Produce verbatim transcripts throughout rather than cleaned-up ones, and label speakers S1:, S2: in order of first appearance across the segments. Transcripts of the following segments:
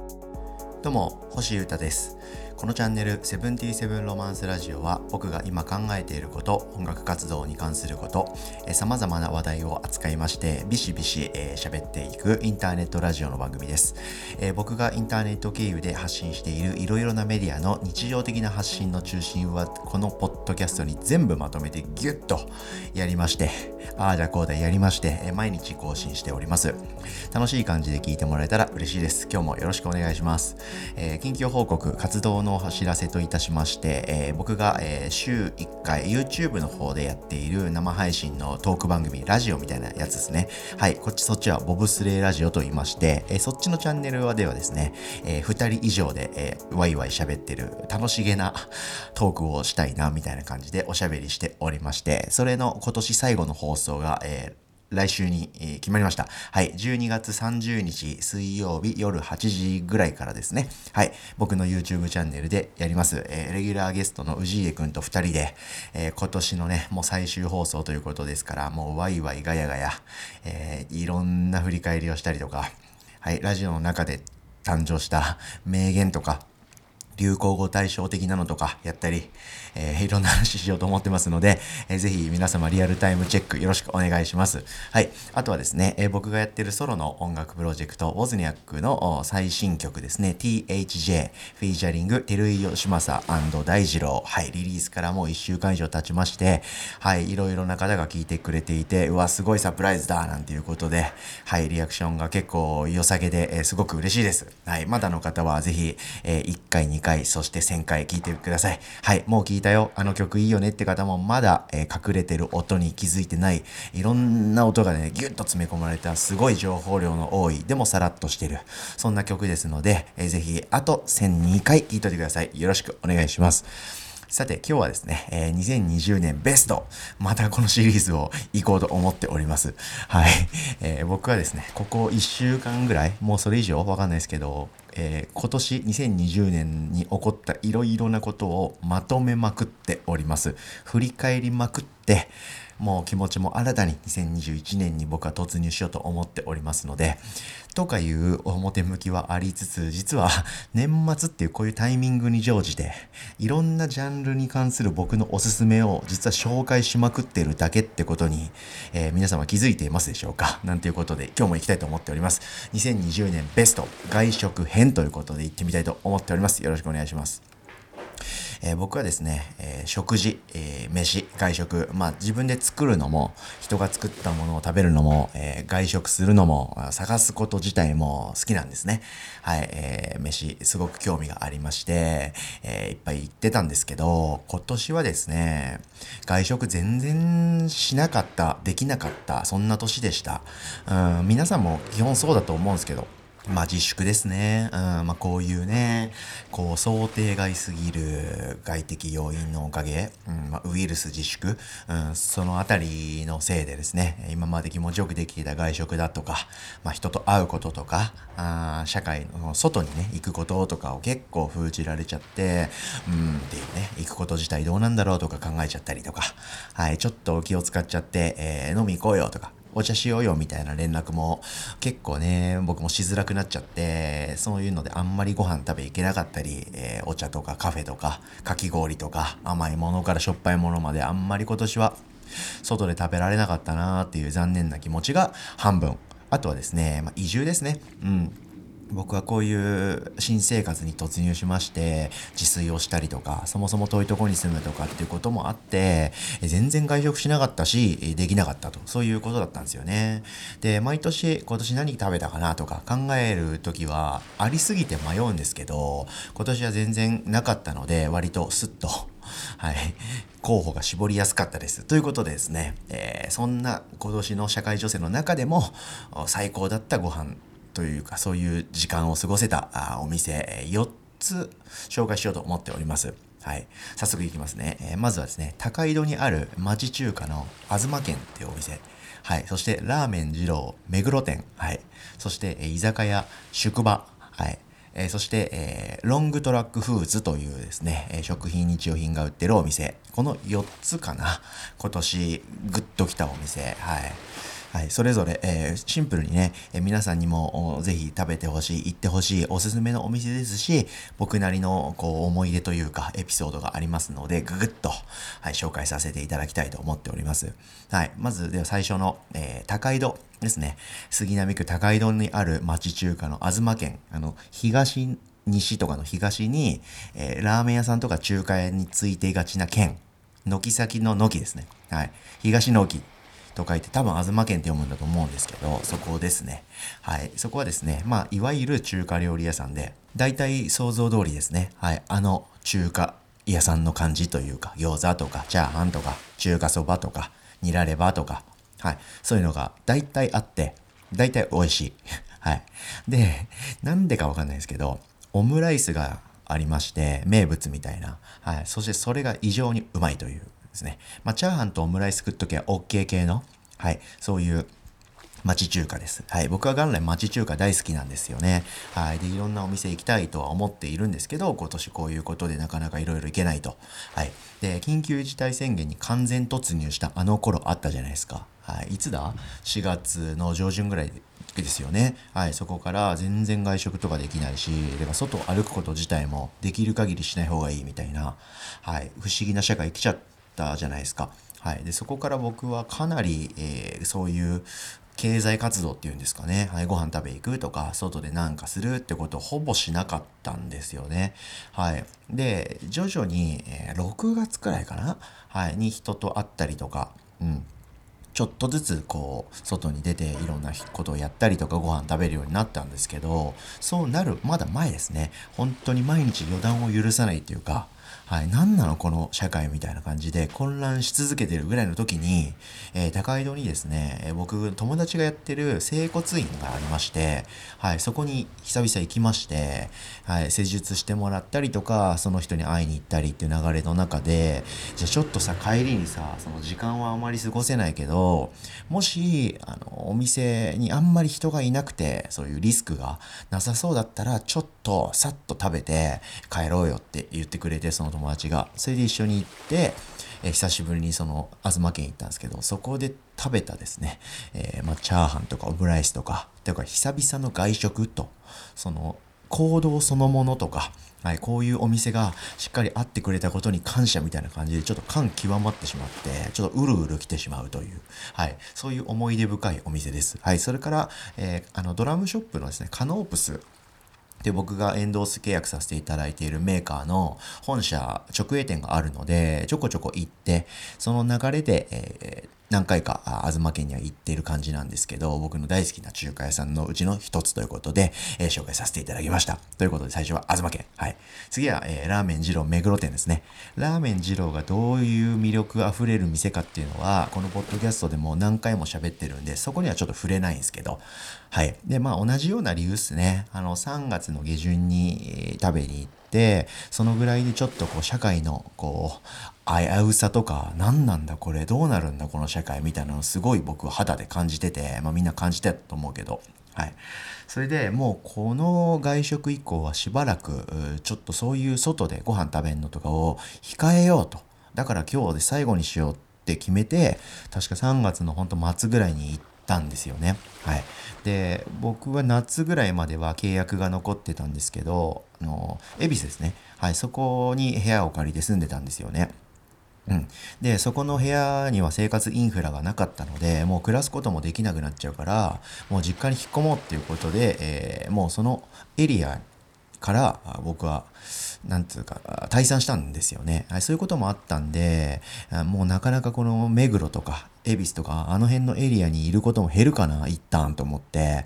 S1: どうも、星優太です。このチャンネルセブンティーセブンロマンスラジオは、僕が今考えていること、音楽活動に関すること、えー、様々な話題を扱いまして、ビシビシ喋、えー、っていくインターネットラジオの番組です、えー。僕がインターネット経由で発信しているいろいろなメディアの日常的な発信の中心は、このポッドキャストに全部まとめてギュッとやりまして、ああだこうだやりまして、えー、毎日更新しております。楽しい感じで聞いてもらえたら嬉しいです。今日もよろしくお願いします。えー、近況報告、活動のお知らせといたしまして、えー、僕が、えー、週いっかい YouTube の方でやっている生配信のトーク番組、ラジオみたいなやつですね。はい、こっちそっちはボブスレーラジオと言いまして、えー、そっちのチャンネルではですね、えー、ふたり以上で、えー、ワイワイ喋ってる楽しげなトークをしたいなみたいな感じでおしゃべりしておりまして、それの今年最後の放送が、えー来週に、えー、決まりました。はい。じゅうにがつさんじゅうにち水曜日夜はちじぐらいからですね。はい。僕の YouTube チャンネルでやります。えー、レギュラーゲストの氏家くんとふたりで、えー、今年のね、もう最終放送ということですから、もうワイワイガヤガヤ、えー、いろんな振り返りをしたりとか、はい。ラジオの中で誕生した名言とか、流行語大賞的なのとかやったり、えー、いろんな話しようと思ってますので、えー、ぜひ皆様リアルタイムチェックよろしくお願いします。はい。あとはですね、えー、僕がやってるソロの音楽プロジェクト、ウォズニャックの最新曲ですね、ティーエイチジェー フィーチャリング、照井義正大二郎。はい。リリースからもういっしゅうかん以上経ちまして、はい。いろいろな方が聞いてくれていて、うわ、すごいサプライズだなんていうことで、はい。リアクションが結構良さげで、えー、すごく嬉しいです。はい。まだの方はぜひ、えー、いっかい、にかい、そしてせんかい聞いてください。はい、もう聞いたよ。あの曲いいよねって方もまだ、えー、隠れてる音に気づいてない。いろんな音がね、ギュッと詰め込まれたすごい情報量の多い、でもさらっとしてる。そんな曲ですので、えー、ぜひあとせんにかい聞いといてください。よろしくお願いします。さて今日はですね、えー、にせんにじゅうねんベスト、またこのシリーズを行こうと思っております。はい、えー、僕はですね、ここいっしゅうかんぐらい、もうそれ以上わかんないですけど、えー、今年にせんにじゅうねんに起こったいろいろなことをまとめまくっております。振り返りまくって、もう気持ちも新たににせんにじゅういちねんに僕は突入しようと思っておりますので、とかいう表向きはありつつ、実は年末っていうこういうタイミングに乗じて、いろんなジャンルに関する僕のおすすめを実は紹介しまくってるだけってことに、えー、皆様気づいていますでしょうか？なんていうことで今日も行きたいと思っております。にせんにじゅうねんベスト外食編ということで行ってみたいと思っております。よろしくお願いします。えー、僕はですね、えー、食事、えー、飯、外食、まあ自分で作るのも、人が作ったものを食べるのも、えー、外食するのも、探すこと自体も好きなんですね。はい、えー、飯、すごく興味がありまして、えー、いっぱい行ってたんですけど、今年はですね、外食全然しなかった、できなかった、そんな年でした。うん、皆さんも基本そうだと思うんですけど、まあ自粛ですね。うん、まあこういうね、こう想定外すぎる外的要因のおかげ、うんまあ、ウイルス自粛、うん、そのあたりのせいでですね、今まで気持ちよくできていた外食だとか、まあ人と会うこととか、あ社会の外にね、行くこととかを結構封じられちゃって、うんっていうね、行くこと自体どうなんだろうとか考えちゃったりとか、はい、ちょっと気を使っちゃって、えー、飲み行こうよとか、お茶しようよみたいな連絡も結構ね、僕もしづらくなっちゃって、そういうのであんまりご飯食べ行けなかったり、えー、お茶とかカフェとか、かき氷とか、甘いものからしょっぱいものまであんまり今年は外で食べられなかったなーっていう残念な気持ちが半分。あとはですね、まあ、移住ですね。うん。僕はこういう新生活に突入しまして自炊をしたりとか、そもそも遠いところに住むとかっていうこともあって、全然外食しなかったしできなかったと、そういうことだったんですよね。で、毎年今年何食べたかなとか考える時はありすぎて迷うんですけど、今年は全然なかったので割とスッとはい、候補が絞りやすかったです。ということでですね、えー、そんな今年の社会情勢の中でも最高だったご飯というか、そういう時間を過ごせたお店よっつ紹介しようと思っております。はい、早速いきますね。えー、まずはですね、高井戸にある町中華の東軒っていうお店。はい、そしてラーメン二郎目黒店。はい、そして、えー、居酒屋宿場。はい。えー、そして、えー、ロングトラックフーズというですね、えー、食品日用品が売ってるお店。このよっつかな。今年グッと来たお店。はい。 はい、それぞれ、えーシンプルにね、えー皆さんにもおぜひ食べてほしい、行ってほしいおすすめのお店ですし、僕なりのこう思い出というかエピソードがありますので、ぐぐっと、はい、紹介させていただきたいと思っております。はい、まずでは最初の、えー高井戸ですね。杉並区高井戸にある町中華の東軒、あの東西とかの東に、えーラーメン屋さんとか中華屋についていがちな県、軒先の軒ですね。はい、東の軒と書いて多分東県って読むんだと思うんですけど、そこですね。はい。そこはですね、まあ、いわゆる中華料理屋さんで、大体想像通りですね。はい。あの中華屋さんの感じというか、餃子とかチャーハンとか中華そばとかニラレバとか、はい。そういうのが大体あって、大体美味しい。はい。で、なんでかわかんないですけど、オムライスがありまして、名物みたいな。はい。そしてそれが異常にうまいというですね。まあ、チャーハンとオムライス食っときゃ OK 系の、はい、そういう町中華です。はい、僕は元来町中華大好きなんですよね。はい、で、いろんなお店行きたいとは思っているんですけど、今年こういうことでなかなかいろいろ行けないと。はい。で、緊急事態宣言に完全突入したあの頃あったじゃないですか。はい、いつだ ?し 月の上旬ぐらいですよね。はい、そこから全然外食とかできないし、だから外を歩くこと自体もできる限りしない方がいいみたいな、はい、不思議な社会来ちゃったじゃないですか。はい、でそこから僕はかなり、えーそういう経済活動っていうんですかね、はい、ご飯食べ行くとか外で何かするってことをほぼしなかったんですよね。はい、で徐々に、えーろくがつくらいかな、はい、に人と会ったりとか、うん、ちょっとずつこう外に出ていろんなことをやったりとかご飯食べるようになったんですけど、そうなるまだ前ですね。本当に毎日予断を許さないっていうか、はい、何なのこの社会みたいな感じで混乱し続けてるぐらいの時に、えー高井戸にですね、えー僕友達がやってる整骨院がありまして、はい、そこに久々行きまして、はい、施術してもらったりとかその人に会いに行ったりっていう流れの中で、じゃあちょっとさ帰りにさ、その時間はあまり過ごせないけど、もしあのお店にあんまり人がいなくてそういうリスクがなさそうだったら、ちょっとさっと食べて帰ろうよって言ってくれて、その友達がそれで一緒に行って、えー久しぶりにその東県行ったんですけど、そこで食べたですね、えーまあ、チャーハンとかオムライスとかというか久々の外食と、その行動そのものとか、はい、こういうお店がしっかりあってくれたことに感謝みたいな感じで、ちょっと感極まってしまって、ちょっとうるうる来てしまうという、はい、そういう思い出深いお店です。はい、それから、えーあのドラムショップのですね、カノープスで僕がエンドース契約させていただいているメーカーの本社直営店があるので、ちょこちょこ行って、その流れで、えー何回かあ東県には行っている感じなんですけど、僕の大好きな中華屋さんのうちの一つということで、えー紹介させていただきました。ということで最初は東県。はい。次は、えーラーメン二郎目黒店ですね。ラーメン二郎がどういう魅力あふれる店かっていうのは、このポッドキャストでも何回も喋ってるんで、そこにはちょっと触れないんですけど、はい。で、まあ同じような理由ですね。あの、さんがつの下旬に、えー食べに行って、そのぐらいでちょっとこう社会のこう危うさとか、何なんだこれ、どうなるんだこの社会みたいなのをすごい僕は肌で感じてて、まあみんな感じてたと思うけど、はい。それでもうこの外食以降はしばらくうーちょっとそういう外でご飯食べるのとかを控えようと。だから今日で最後にしようって決めて、確かさんがつのほんと末ぐらいに行ったんですよね。はい。で、僕は夏ぐらいまでは契約が残ってたんですけど、あの、恵比寿ですね。はい、そこに部屋を借りて住んでたんですよね。うん、でそこの部屋には生活インフラがなかったので、もう暮らすこともできなくなっちゃうから、もう実家に引っ込もうっていうことで、えーもうそのエリアからあ僕はなんつうかあ退散したんですよね。はい、そういうこともあったんで、あもうなかなかこの目黒とか恵比寿とかあの辺のエリアにいることも減るかな一旦と思って、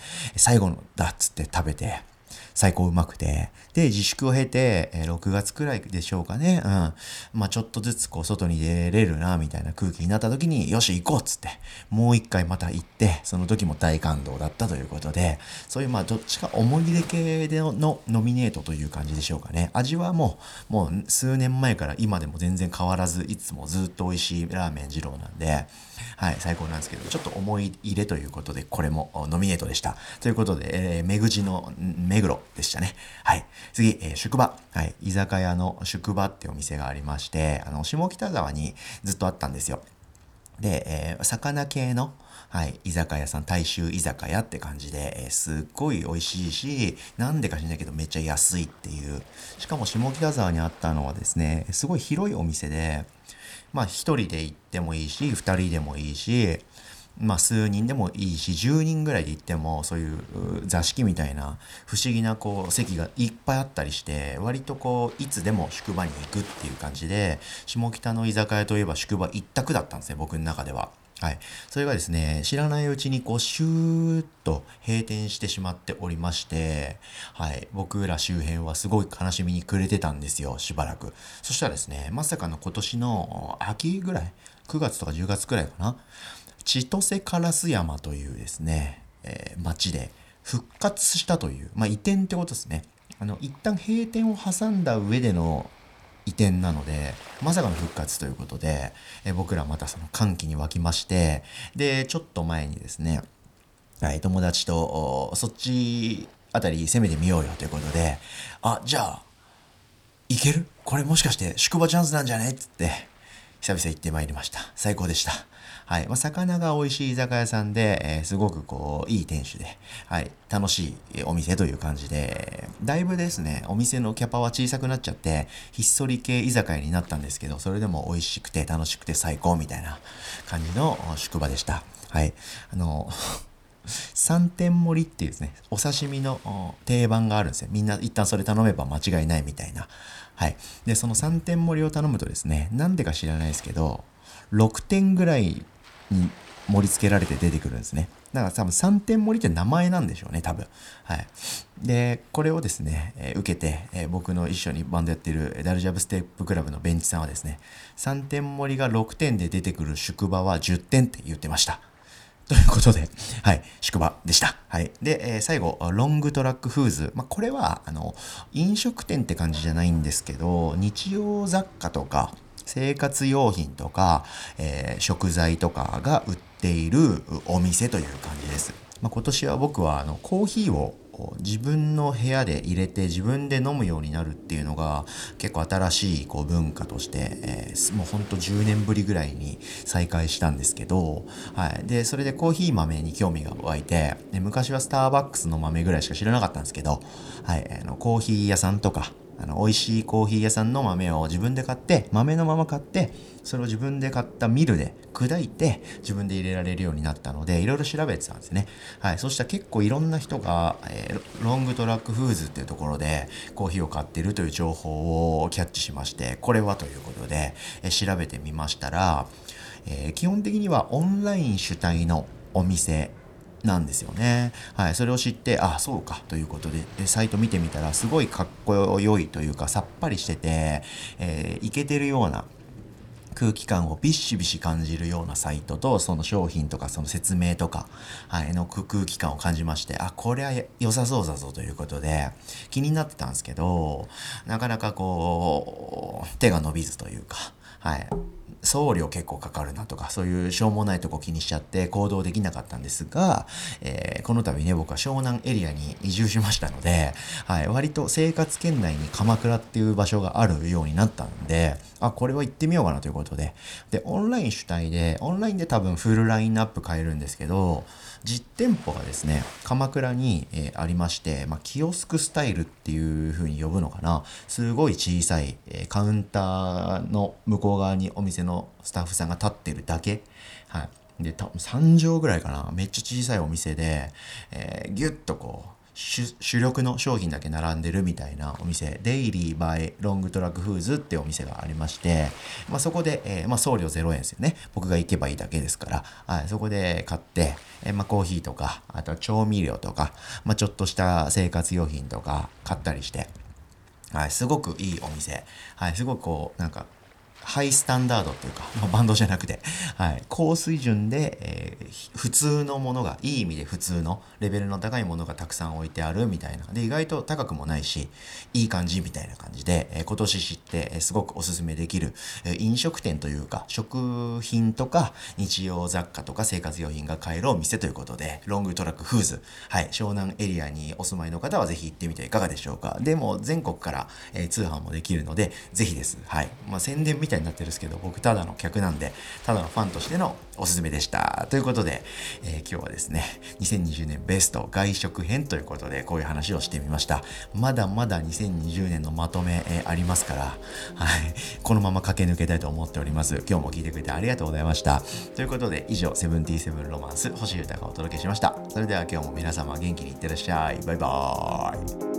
S1: 最後のだっつって食べて最高うまくて、で自粛を経て、えーろくがつくらいでしょうかね、うん、まあちょっとずつこう外に出れるなみたいな空気になった時に、よし行こうっつってもう一回また行って、その時も大感動だったということで、そういうまあどっちか思い出系でののノミネートという感じでしょうかね。味はもうもう数年前から今でも全然変わらず、いつもずっと美味しいラーメン二郎なんで、はい、最高なんですけど、ちょっと思い入れということでこれもノミネートでした。ということで、えー、目口のん目黒でしたね。はい。次、えー宿場。はい。居酒屋の宿場ってお店がありまして、あの、下北沢にずっとあったんですよ。 で、えー魚系の、はい、居酒屋さん、大衆居酒屋って感じで、えーすっごい美味しいし、なんでか知んないけどめっちゃ安いっていう。しかも下北沢にあったのはですね、すごい広いお店で、まあ一人で行ってもいいし、二人でもいいし、まあ数人でもいいし、じゅうにんぐらいで行っても、そういうう座敷みたいな不思議なこう席がいっぱいあったりして、割とこういつでも宿場に行くっていう感じで、下北の居酒屋といえば宿場一択だったんですね、僕の中では。はい。それがですね、知らないうちにこうシューッと閉店してしまっておりまして、はい。僕ら周辺はすごい悲しみに暮れてたんですよ、しばらく。そしたらですね、まさかの今年の秋ぐらい、くがつとかじゅうがつくらいかな、千歳烏山というですね、えー町で復活したという、まあ移転ってことですね。あの、一旦閉店を挟んだ上での移転なので、まさかの復活ということで、えー僕らまたその歓喜に沸きまして、で、ちょっと前にですね、はい、友達とおそっちあたり攻めてみようよということで、あ、じゃあ、いけるこれもしかして宿場チャンスなんじゃねっつって、久々行ってまいりました。最高でした。はい。まあ、魚が美味しい居酒屋さんで、えーすごくこう、いい店主で、はい。楽しいお店という感じで、だいぶですね、お店のキャパは小さくなっちゃって、ひっそり系居酒屋になったんですけど、それでも美味しくて楽しくて最高みたいな感じのお宿場でした。はい。あの、三点盛りっていうですね、お刺身のお定番があるんですよ。みんな一旦それ頼めば間違いないみたいな。はい。で、そのさんてん盛りを頼むとですね、なんでか知らないですけど、ろくてんぐらいに盛り付けられて出てくるんですね。だから多分さんてん盛りって名前なんでしょうね、多分。はい。で、これをですね、えー受けて、えー僕の一緒にバンドやってるえーダルジャブステップクラブのベンチさんはですね、さんてん盛りがろくてんで出てくる宿場はじゅってんって言ってました。ということで、はい、宿場でした。はい。で、えー最後、ロングトラックフーズ。まあ、これは、あの、飲食店って感じじゃないんですけど、日用雑貨とか、生活用品とか、えー食材とかが売っているお店という感じです。まあ、今年は僕は、あの、コーヒーをこう自分の部屋で入れて自分で飲むようになるっていうのが結構新しいこう文化として、えーもうほんとじゅうねんぶりぐらいに再開したんですけど、はい。で、それでコーヒー豆に興味が湧いて、で昔はスターバックスの豆ぐらいしか知らなかったんですけど、はい。あの、コーヒー屋さんとか、あの、美味しいコーヒー屋さんの豆を自分で買って、豆のまま買って、それを自分で買ったミルで砕いて、自分で入れられるようになったので、いろいろ調べてたんですね。はい。そしたら結構いろんな人が、えーロングトラックフーズっていうところで、コーヒーを買ってるという情報をキャッチしまして、これはということで、えー調べてみましたら、えー基本的にはオンライン主体のお店なんですよね。はい。それを知って、あ、そうかということで、でサイト見てみたら、すごいかっこよいというか、さっぱりしてて、えー、イケてるような空気感をビシビシ感じるようなサイトと、その商品とかその説明とか、はい、の空気感を感じまして、あ、これは良さそうだぞということで、気になってたんですけど、なかなかこう、手が伸びずというか、はい。送料結構かかるなとか、そういうしょうもないとこ気にしちゃって行動できなかったんですが、えーこの度ね、僕は湘南エリアに移住しましたので、はい、割と生活圏内に鎌倉っていう場所があるようになったんで、あ、これは行ってみようかなということで、で、オンライン主体で、オンラインで多分フルラインナップ買えるんですけど、実店舗がですね、鎌倉に、えーありまして、まあ、キオスクスタイルっていう風に呼ぶのかな。すごい小さい、えーカウンターの向こう側にお店のスタッフさんが立ってるだけ。はい。で、多分さん畳ぐらいかな。めっちゃ小さいお店で、えーギュッとこう、主主力の商品だけ並んでるみたいなお店、デイリーバイロングトラックフーズっていうお店がありまして、まあ、そこで、えーまあ、送料ゼロえんですよね。僕が行けばいいだけですから、はい、そこで買って、えーまあ、コーヒーとか、あとは調味料とか、まあ、ちょっとした生活用品とか買ったりして、はい、すごくいいお店。はい、すごくこう、なんか、ハイスタンダードっていうか、まあ、バンドじゃなくて、はい、高水準で、えー普通のものが、いい意味で普通のレベルの高いものがたくさん置いてあるみたいな。で、意外と高くもないし、いい感じみたいな感じで、えー今年知って、えーすごくおすすめできる、えー飲食店というか、食品とか、日用雑貨とか生活用品が買えるお店ということで、ロングトラックフーズ、はい、湘南エリアにお住まいの方はぜひ行ってみてはいかがでしょうか。でも、全国から、えー通販もできるので、ぜひです。はい。まあ、宣伝みみたいになってるんですけど、僕ただの客なんで、ただのファンとしてのおすすめでした。ということで、えー今日はですね、にせんにじゅうねんベスト外食編ということで、こういう話をしてみました。まだまだにせんにじゅうねんのまとめ、えーありますから、はい、このまま駆け抜けたいと思っております。今日も聞いてくれてありがとうございました。ということで、以上、セブンティーセブンロマンス、星優太がお届けしました。それでは今日も皆様元気にいってらっしゃい。バイバーイ。